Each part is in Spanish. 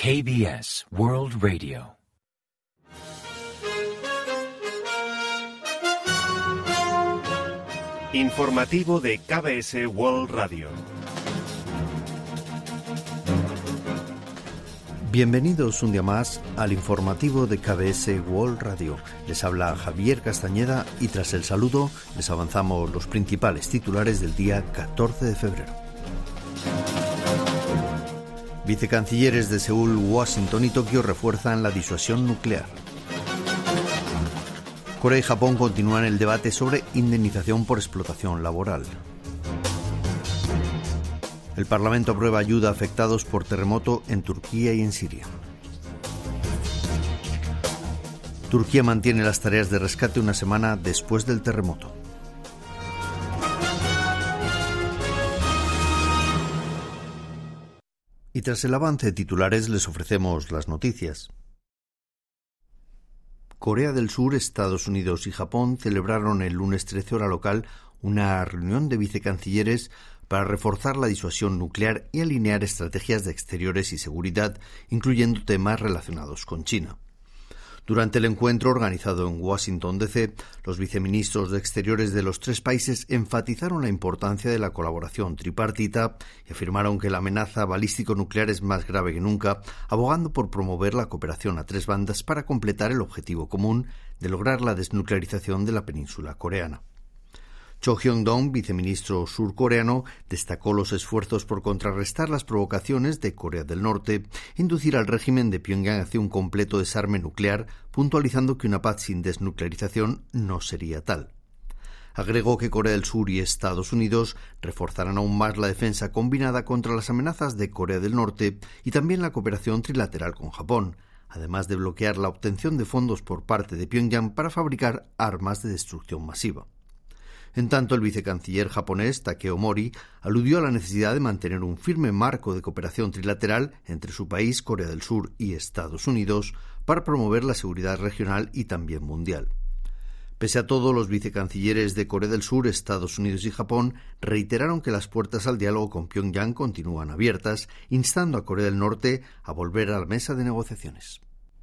KBS World Radio. Informativo de KBS World Radio. Bienvenidos un día más al informativo de KBS World Radio. Les habla Javier Castañeda y tras el saludo les avanzamos los principales titulares del día 14 de febrero. Vicecancilleres de Seúl, Washington y Tokio refuerzan la disuasión nuclear. Corea y Japón continúan el debate sobre indemnización por explotación laboral. El Parlamento aprueba ayuda a afectados por terremoto en Turquía y en Siria. Turquía mantiene las tareas de rescate una semana después del terremoto. Y tras el avance de titulares les ofrecemos las noticias. Corea del Sur, Estados Unidos y Japón celebraron el lunes 13 hora local una reunión de vicecancilleres para reforzar la disuasión nuclear y alinear estrategias de exteriores y seguridad, incluyendo temas relacionados con China. Durante el encuentro organizado en Washington, D.C., los viceministros de Exteriores de los tres países enfatizaron la importancia de la colaboración tripartita y afirmaron que la amenaza balístico-nuclear es más grave que nunca, abogando por promover la cooperación a tres bandas para completar el objetivo común de lograr la desnuclearización de la península coreana. Cho Hyun-dong, viceministro surcoreano, destacó los esfuerzos por contrarrestar las provocaciones de Corea del Norte e inducir al régimen de Pyongyang hacia un completo desarme nuclear, puntualizando que una paz sin desnuclearización no sería tal. Agregó que Corea del Sur y Estados Unidos reforzarán aún más la defensa combinada contra las amenazas de Corea del Norte y también la cooperación trilateral con Japón, además de bloquear la obtención de fondos por parte de Pyongyang para fabricar armas de destrucción masiva. En tanto, el vicecanciller japonés, Takeo Mori, aludió a la necesidad de mantener un firme marco de cooperación trilateral entre su país, Corea del Sur y Estados Unidos, para promover la seguridad regional y también mundial. Pese a todo, los vicecancilleres de Corea del Sur, Estados Unidos y Japón reiteraron que las puertas al diálogo con Pyongyang continúan abiertas, instando a Corea del Norte a volver a la mesa de negociaciones.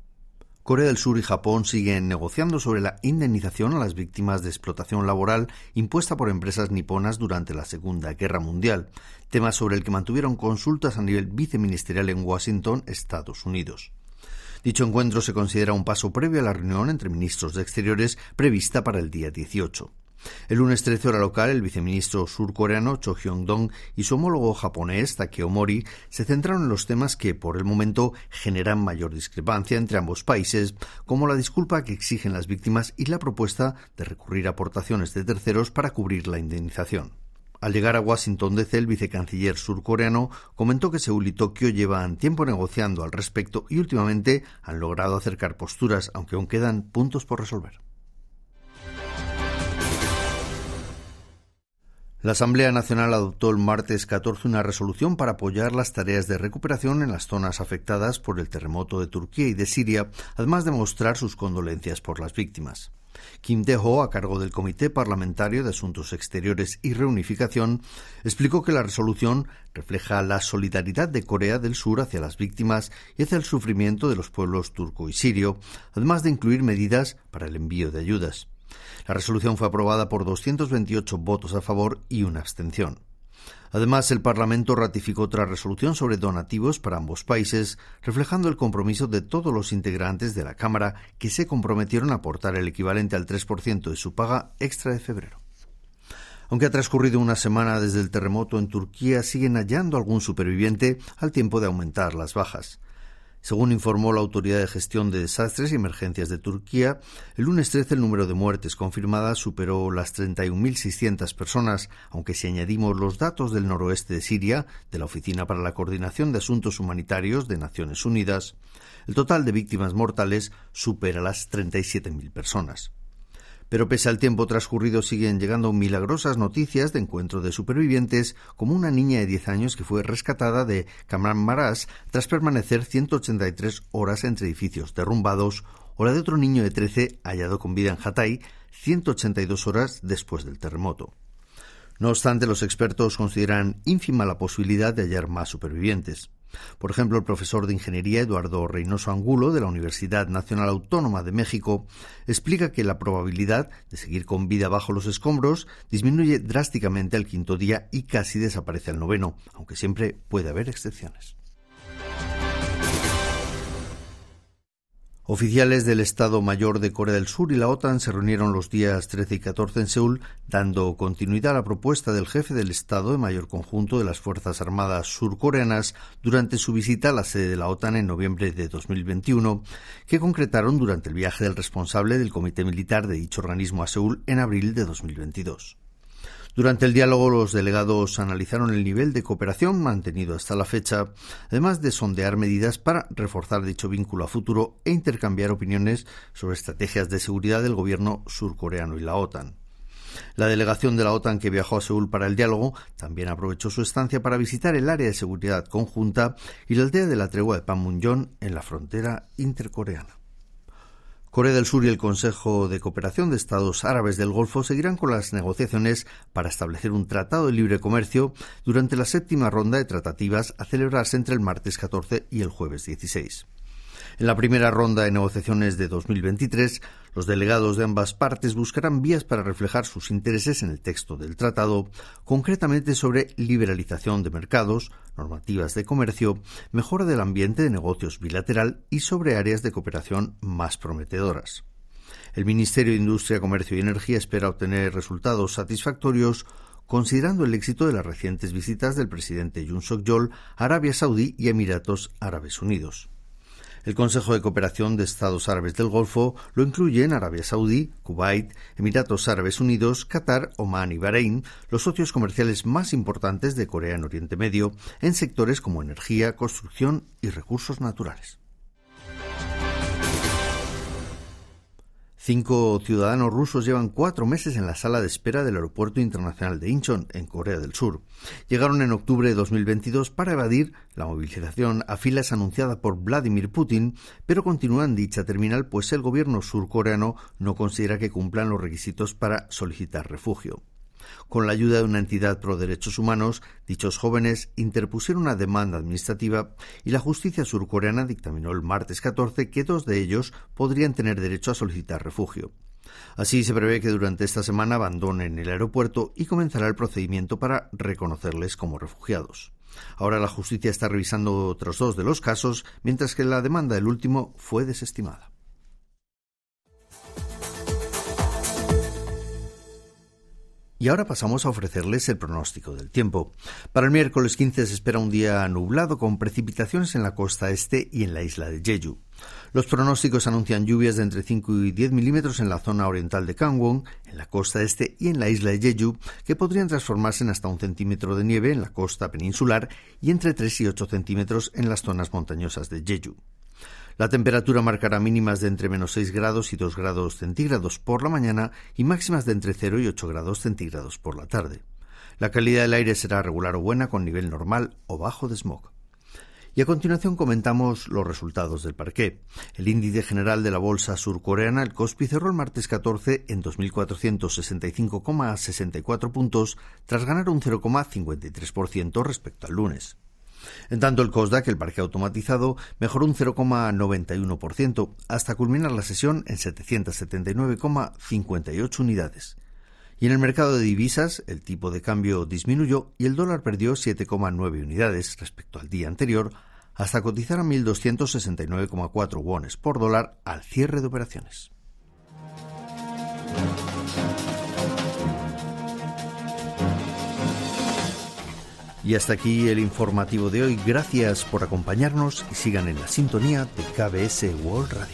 Corea del Sur y Japón siguen negociando sobre la indemnización a las víctimas de explotación laboral impuesta por empresas niponas durante la Segunda Guerra Mundial, tema sobre el que mantuvieron consultas a nivel viceministerial en Washington, Estados Unidos. Dicho encuentro se considera un paso previo a la reunión entre ministros de Exteriores prevista para el día 18. El lunes 13 hora local, el viceministro surcoreano Cho Hyun-dong y su homólogo japonés Takeo Mori se centraron en los temas que, por el momento, generan mayor discrepancia entre ambos países, como la disculpa que exigen las víctimas y la propuesta de recurrir a aportaciones de terceros para cubrir la indemnización. Al llegar a Washington D.C., el vicecanciller surcoreano comentó que Seúl y Tokio llevan tiempo negociando al respecto y últimamente han logrado acercar posturas, aunque aún quedan puntos por resolver. La Asamblea Nacional adoptó el martes 14 una resolución para apoyar las tareas de recuperación en las zonas afectadas por el terremoto de Turquía y de Siria, además de mostrar sus condolencias por las víctimas. Kim Tae-ho, a cargo del Comité Parlamentario de Asuntos Exteriores y Reunificación, explicó que la resolución refleja la solidaridad de Corea del Sur hacia las víctimas y hacia el sufrimiento de los pueblos turco y sirio, además de incluir medidas para el envío de ayudas. La resolución fue aprobada por 228 votos a favor y una abstención. Además, el Parlamento ratificó otra resolución sobre donativos para ambos países, reflejando el compromiso de todos los integrantes de la Cámara que se comprometieron a aportar el equivalente al 3% de su paga extra de febrero. Aunque ha transcurrido una semana desde el terremoto en Turquía, siguen hallando algún superviviente al tiempo de aumentar las bajas. Según informó la Autoridad de Gestión de Desastres y Emergencias de Turquía, el lunes 13 el número de muertes confirmadas superó las 31.600 personas, aunque si añadimos los datos del noroeste de Siria, de la Oficina para la Coordinación de Asuntos Humanitarios de Naciones Unidas, el total de víctimas mortales supera las 37.000 personas. Pero pese al tiempo transcurrido siguen llegando milagrosas noticias de encuentro de supervivientes, como una niña de 10 años que fue rescatada de Kahramanmaraş tras permanecer 183 horas entre edificios derrumbados, o la de otro niño de 13 hallado con vida en Hatay 182 horas después del terremoto. No obstante, los expertos consideran ínfima la posibilidad de hallar más supervivientes. Por ejemplo, el profesor de Ingeniería Eduardo Reynoso Angulo, de la Universidad Nacional Autónoma de México, explica que la probabilidad de seguir con vida bajo los escombros disminuye drásticamente al quinto día y casi desaparece al noveno, aunque siempre puede haber excepciones. Oficiales del Estado Mayor de Corea del Sur y la OTAN se reunieron los días 13 y 14 en Seúl, dando continuidad a la propuesta del jefe del Estado Mayor Conjunto de las Fuerzas Armadas surcoreanas durante su visita a la sede de la OTAN en noviembre de 2021, que concretaron durante el viaje del responsable del Comité Militar de dicho organismo a Seúl en abril de 2022. Durante el diálogo, los delegados analizaron el nivel de cooperación mantenido hasta la fecha, además de sondear medidas para reforzar dicho vínculo a futuro e intercambiar opiniones sobre estrategias de seguridad del gobierno surcoreano y la OTAN. La delegación de la OTAN que viajó a Seúl para el diálogo también aprovechó su estancia para visitar el área de seguridad conjunta y la aldea de la tregua de Panmunjom en la frontera intercoreana. Corea del Sur y el Consejo de Cooperación de Estados Árabes del Golfo seguirán con las negociaciones para establecer un tratado de libre comercio durante la séptima ronda de tratativas a celebrarse entre el martes 14 y el jueves 16. En la primera ronda de negociaciones de 2023, los delegados de ambas partes buscarán vías para reflejar sus intereses en el texto del tratado, concretamente sobre liberalización de mercados, normativas de comercio, mejora del ambiente de negocios bilateral y sobre áreas de cooperación más prometedoras. El Ministerio de Industria, Comercio y Energía espera obtener resultados satisfactorios considerando el éxito de las recientes visitas del presidente Yoon Suk-yeol a Arabia Saudí y Emiratos Árabes Unidos. El Consejo de Cooperación de Estados Árabes del Golfo lo incluye en Arabia Saudí, Kuwait, Emiratos Árabes Unidos, Qatar, Omán y Bahrein, los socios comerciales más importantes de Corea en Oriente Medio, en sectores como energía, construcción y recursos naturales. 5 ciudadanos rusos llevan 4 meses en la sala de espera del Aeropuerto Internacional de Incheon, en Corea del Sur. Llegaron en octubre de 2022 para evadir la movilización a filas anunciada por Vladimir Putin, pero continúan en dicha terminal pues el gobierno surcoreano no considera que cumplan los requisitos para solicitar refugio. Con la ayuda de una entidad pro derechos humanos, dichos jóvenes interpusieron una demanda administrativa y la justicia surcoreana dictaminó el martes 14 que 2 de ellos podrían tener derecho a solicitar refugio. Así se prevé que durante esta semana abandonen el aeropuerto y comenzará el procedimiento para reconocerles como refugiados. Ahora la justicia está revisando otros 2 de los casos, mientras que la demanda del último fue desestimada. Y ahora pasamos a ofrecerles el pronóstico del tiempo. Para el miércoles 15 se espera un día nublado con precipitaciones en la costa este y en la isla de Jeju. Los pronósticos anuncian lluvias de entre 5 y 10 milímetros en la zona oriental de Gangwon, en la costa este y en la isla de Jeju, que podrían transformarse en hasta 1 centímetro de nieve en la costa peninsular y entre 3 y 8 centímetros en las zonas montañosas de Jeju. La temperatura marcará mínimas de entre menos 6 grados y 2 grados centígrados por la mañana y máximas de entre 0 y 8 grados centígrados por la tarde. La calidad del aire será regular o buena con nivel normal o bajo de smog. Y a continuación comentamos los resultados del parqué. El índice general de la bolsa surcoreana, el Kospi, cerró el martes 14 en 2.465,64 puntos tras ganar un 0,53% respecto al lunes. En tanto, el Kosdaq, el parque automatizado, mejoró un 0,91% hasta culminar la sesión en 779,58 unidades. Y en el mercado de divisas, el tipo de cambio disminuyó y el dólar perdió 7,9 unidades respecto al día anterior hasta cotizar a 1.269,4 wones por dólar al cierre de operaciones. Y hasta aquí el informativo de hoy. Gracias por acompañarnos y sigan en la sintonía de KBS World Radio.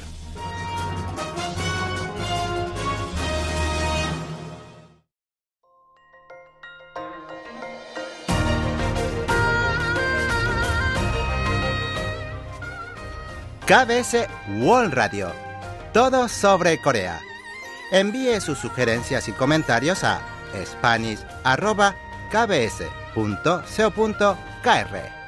KBS World Radio. Todo sobre Corea. Envíe sus sugerencias y comentarios a spanish@kbs.co.kr.